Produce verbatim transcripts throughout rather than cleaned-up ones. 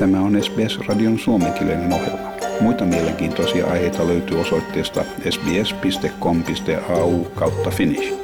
Tämä on S B S-radion suomenkielinen ohjelma. Muita mielenkiintoisia aiheita löytyy osoitteesta sbs piste com piste a u kautta finnish.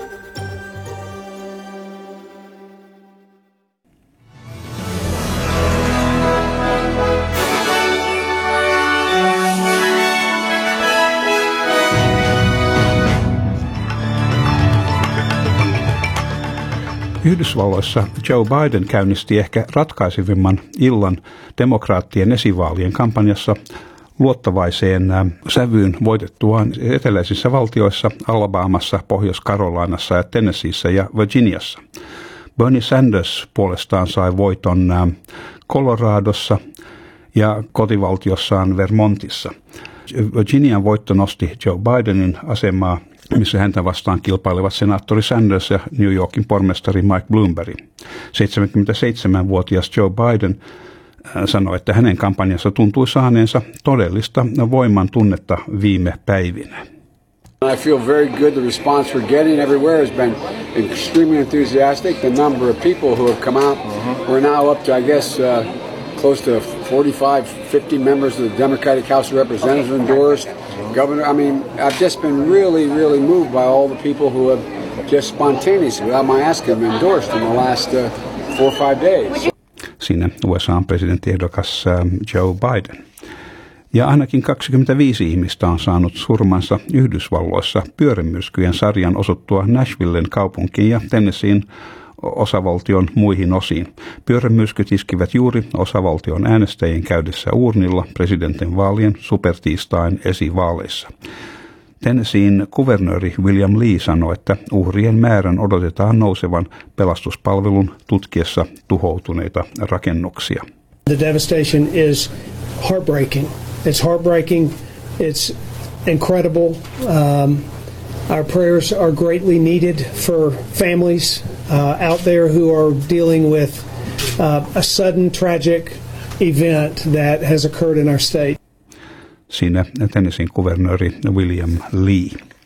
Yhdysvalloissa Joe Biden käynnisti ehkä ratkaisevimman illan demokraattien esivaalien kampanjassa luottavaiseen sävyyn voitettuaan eteläisissä valtioissa Alabamassa, Pohjois-Carolinassa ja Tennesseeissä ja Virginiassa. Bernie Sanders puolestaan sai voiton Coloradossa ja kotivaltiossaan Vermontissa. Virginian voitto nosti Joe Bidenin asemaa, missä häntä vastaan kilpailevat senaattori Sanders ja New Yorkin pormestari Mike Bloomberg. seitsemänkymmentäseitsemänvuotias Joe Biden sanoi, että hänen kampanjansa tuntui saaneensa todellista voiman tunnetta viime päivinä. I feel very good. The response we're getting everywhere has been extremely enthusiastic. The number of people who have come out, we're now up to, I guess, uh, close to forty-five, fifty members of the Democratic House of Representatives endorsed. Governor, I mean, I've just been really, really moved by all the people who have just spontaneously, without my asking them, endorsed in the last uh, four or five days. Siinä U S A:n presidenttiehdokas Joe Biden. Ja ainakin kaksikymmentäviisi ihmistä on saanut surmansa Yhdysvalloissa pyörämyrskyjen sarjan osuttua Nashvillen kaupunkiin ja Tennesseein osavaltion muihin osiin. Pyörämyrskyt iskivät juuri osavaltion äänestäjien käydessä uurnilla presidentinvaalien supertiistain esivaaleissa. Tennesseein kuvernööri William Lee sanoi, että uhrien määrän odotetaan nousevan pelastuspalvelun tutkiessa tuhoutuneita rakennuksia. The devastation is heartbreaking. It's heartbreaking. It's incredible. Um, Our prayers are greatly needed for families uh, out there who are dealing with uh, a sudden tragic event that has occurred in our state. Siinä Tennesseein kuvernööri William Lee.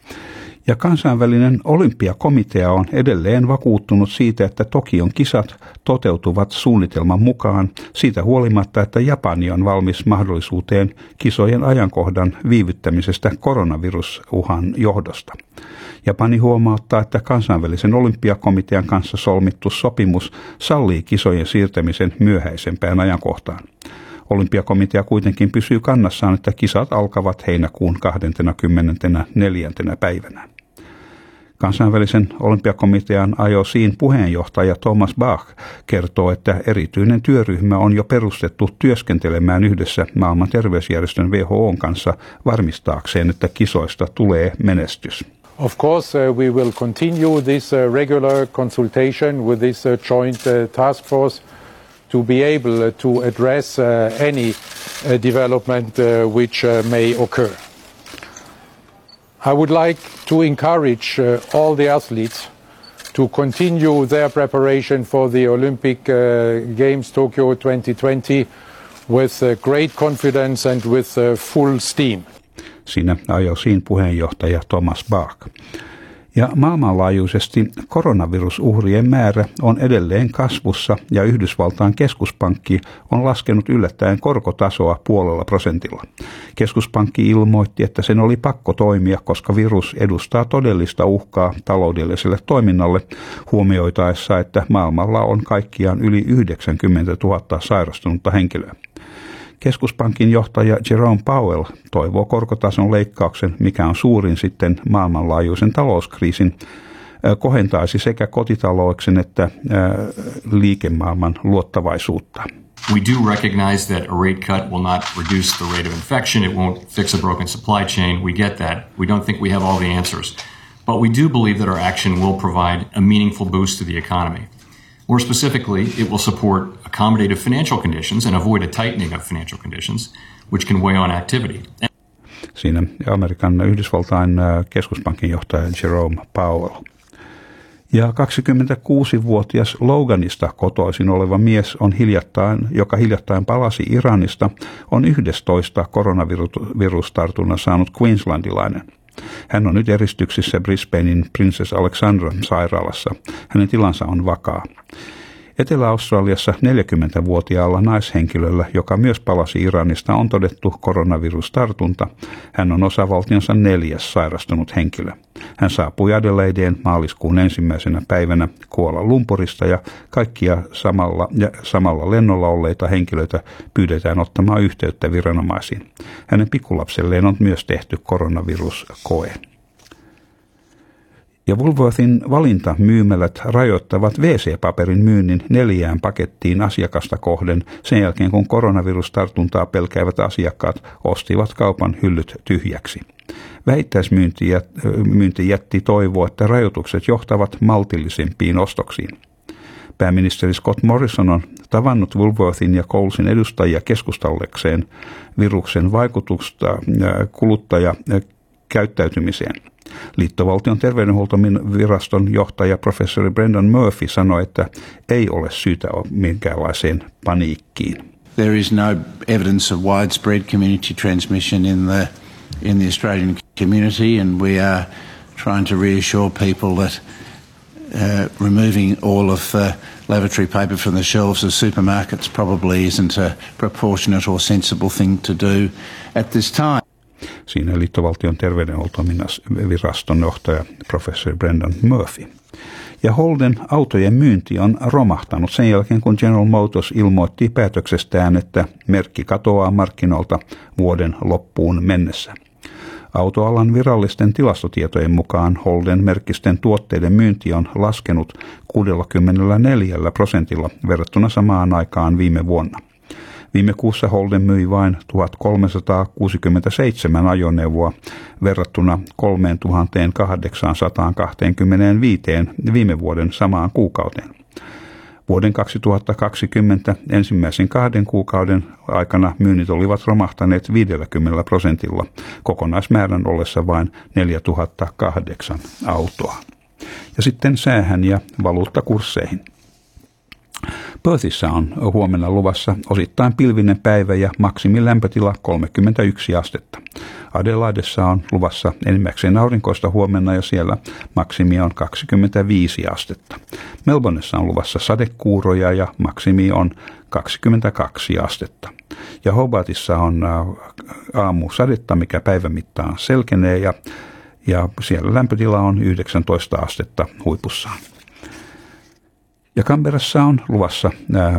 Ja kansainvälinen olympiakomitea on edelleen vakuuttunut siitä, että Tokion kisat toteutuvat suunnitelman mukaan siitä huolimatta, että Japani on valmis mahdollisuuteen kisojen ajankohdan viivyttämisestä koronavirusuhan johdosta. Japani huomauttaa, että kansainvälisen olympiakomitean kanssa solmittu sopimus sallii kisojen siirtämisen myöhäisempään ajankohtaan. Olympiakomitea kuitenkin pysyy kannassaan, että kisat alkavat heinäkuun kahdeskymmenesneljäs päivänä. Kansainvälisen olympiakomitean I O C:n puheenjohtaja Thomas Bach kertoo, että erityinen työryhmä on jo perustettu työskentelemään yhdessä maailman terveysjärjestön W H O:n kanssa varmistaakseen, että kisoista tulee menestys. Of course, uh, we will continue this uh, regular consultation with this uh, joint uh, task force to be able to address uh, any uh, development uh, which uh, may occur. I would like to encourage uh, all the athletes to continue their preparation for the Olympic uh, Games Tokyo twenty twenty with uh, great confidence and with uh, full steam. Siinä I O C:n puheenjohtaja Thomas Bach. Ja maailmanlaajuisesti koronavirusuhrien määrä on edelleen kasvussa ja Yhdysvaltain keskuspankki on laskenut yllättäen korkotasoa puolella prosentilla. Keskuspankki ilmoitti, että sen oli pakko toimia, koska virus edustaa todellista uhkaa taloudelliselle toiminnalle, huomioitaessa, että maailmalla on kaikkiaan yli yhdeksänkymmentätuhatta sairastunutta henkilöä. Keskuspankin johtaja Jerome Powell toivoo korkotason leikkauksen, mikä on suurin sitten maailmanlaajuisen talouskriisin, kohentaisi sekä kotitalouksen että liikemaailman luottavaisuutta. We do recognize that a rate cut will not reduce the rate of infection. It won't fix a broken supply chain. We get that. We don't think we have all the answers. But we do believe that our action will provide a meaningful boost to the economy. More specifically, it will support accommodative financial conditions and avoid a tightening of financial conditions, which can weigh on activity. Siinä Amerikan Yhdysvaltain keskuspankin johtaja Jerome Powell. Ja kaksikymmentäkuusivuotias Loganista kotoisin oleva mies, on hiljattain, joka hiljattain palasi Iranista, on yhdestoista koronavirustartunnan saanut queenslandilainen. Hän on nyt eristyksissä Brisbanein Princess Alexandra sairaalassa. Hänen tilansa on vakaa. Etelä-Australiassa neljäkymmentävuotiaalla naishenkilöllä, joka myös palasi Iranista, on todettu koronavirustartunta. Hän on osavaltionsa neljäs sairastunut henkilö. Hän saapui Adelaideen maaliskuun ensimmäisenä päivänä Kuala Lumpurista ja kaikkia samalla, ja samalla lennolla olleita henkilöitä pyydetään ottamaan yhteyttä viranomaisiin. Hänen pikkulapselleen on myös tehty koronaviruskoe. Ja Woolworthin valintamyymälät rajoittavat W C-paperin myynnin neljään pakettiin asiakasta kohden sen jälkeen, kun koronavirustartuntaa pelkäävät asiakkaat ostivat kaupan hyllyt tyhjäksi. Vähittäismyynti jätti toivoa, että rajoitukset johtavat maltillisempiin ostoksiin. Pääministeri Scott Morrison on tavannut Woolworthin ja Colesin edustajia keskustellekseen viruksen vaikutusta kuluttajakäyttäytymiseen. Liittovaltion terveydenhuoltoviraston johtaja professori Brendan Murphy sanoi, että ei ole syytä minkäänlaiseen paniikkiin. There is no evidence of widespread community transmission in the in the Australian community, and we are trying to reassure people that uh, removing all of the lavatory paper from the shelves of supermarkets probably isn't a proportionate or sensible thing to do at this time. Siinä liittovaltion terveydenhuoltoviraston johtaja professori Brendan Murphy. Ja Holden autojen myynti on romahtanut sen jälkeen, kun General Motors ilmoitti päätöksestään, että merkki katoaa markkinoilta vuoden loppuun mennessä. Autoalan virallisten tilastotietojen mukaan Holden-merkkisten tuotteiden myynti on laskenut kuusikymmentäneljä prosentilla verrattuna samaan aikaan viime vuonna. Viime kuussa Holden myi vain tuhatkolmesataakuusikymmentäseitsemän ajoneuvoa verrattuna kolmetuhattakahdeksansataakaksikymmentäviisi viime vuoden samaan kuukauteen. Vuoden kaksituhattakaksikymmentä ensimmäisen kahden kuukauden aikana myynnit olivat romahtaneet viidelläkymmenellä prosentilla, kokonaismäärän ollessa vain neljätuhattakahdeksan autoa. Ja sitten säähän ja valuuttakursseihin. Perthissä on huomenna luvassa osittain pilvinen päivä ja maksimilämpötila kolmekymmentäyksi astetta. Adelaidessa on luvassa enimmäkseen aurinkoista huomenna ja siellä maksimi on kaksikymmentäviisi astetta. Melbourneissa on luvassa sadekuuroja ja maksimi on kaksikymmentäkaksi astetta. Ja Hobartissa on aamu sadetta, mikä päivän mittaan selkenee ja, ja siellä lämpötila on yhdeksäntoista astetta huipussaan. Ja Canberrassa on luvassa ää,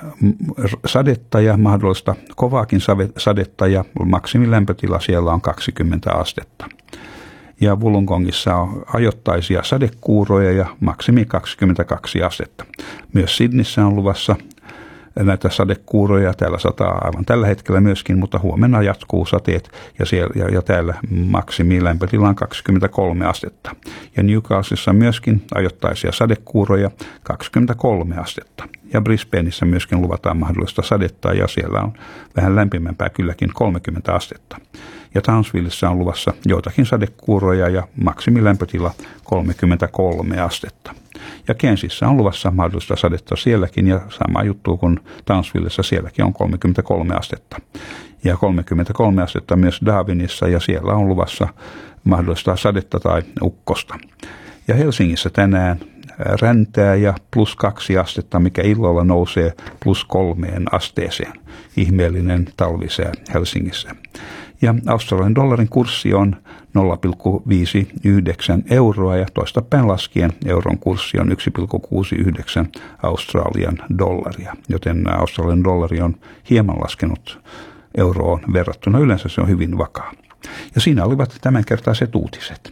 sadetta ja mahdollista kovaakin sadetta ja maksimilämpötila siellä on kaksikymmentä astetta. Ja Wollongongissa on ajoittaisia sadekuuroja ja maksimi kaksikymmentäkaksi astetta. Myös Sydneyssä on luvassa näitä sadekuuroja. Täällä sataa aivan tällä hetkellä myöskin, mutta huomenna jatkuu sateet ja, siellä, ja, ja täällä maksimilämpötila on kaksikymmentäkolme astetta. Ja Newcastlessa myöskin ajoittaisia sadekuuroja kaksikymmentäkolme astetta. Ja Brisbaneissa myöskin luvataan mahdollista sadetta ja siellä on vähän lämpimämpää kylläkin kolmekymmentä astetta. Ja Townsvillessä on luvassa joitakin sadekuuroja ja maksimilämpötila kolmekymmentäkolme astetta. Ja Cairnsissa on luvassa mahdollista sadetta sielläkin ja sama juttu kuin Townsvillessa, sielläkin on kolmekymmentäkolme astetta. Ja kolmekymmentäkolme astetta myös Darwinissa ja siellä on luvassa mahdollista sadetta tai ukkosta. Ja Helsingissä tänään räntää ja plus kaksi astetta, mikä illalla nousee plus kolmeen asteeseen. Ihmeellinen talvisää Helsingissä. Ja Australian dollarin kurssi on nolla pilkku viisikymmentäyhdeksän euroa ja toistapäin laskien euron kurssi on yksi pilkku kuusikymmentäyhdeksän Australian dollaria, joten Australian dollari on hieman laskenut euroon verrattuna. Yleensä se on hyvin vakaa. Ja siinä olivat tämänkertaiset uutiset.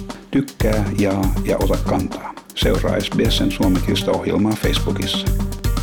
Tykkää, jaa ja ota kantaa. Seuraa S B S:n suomenkielistä ohjelmaa Facebookissa.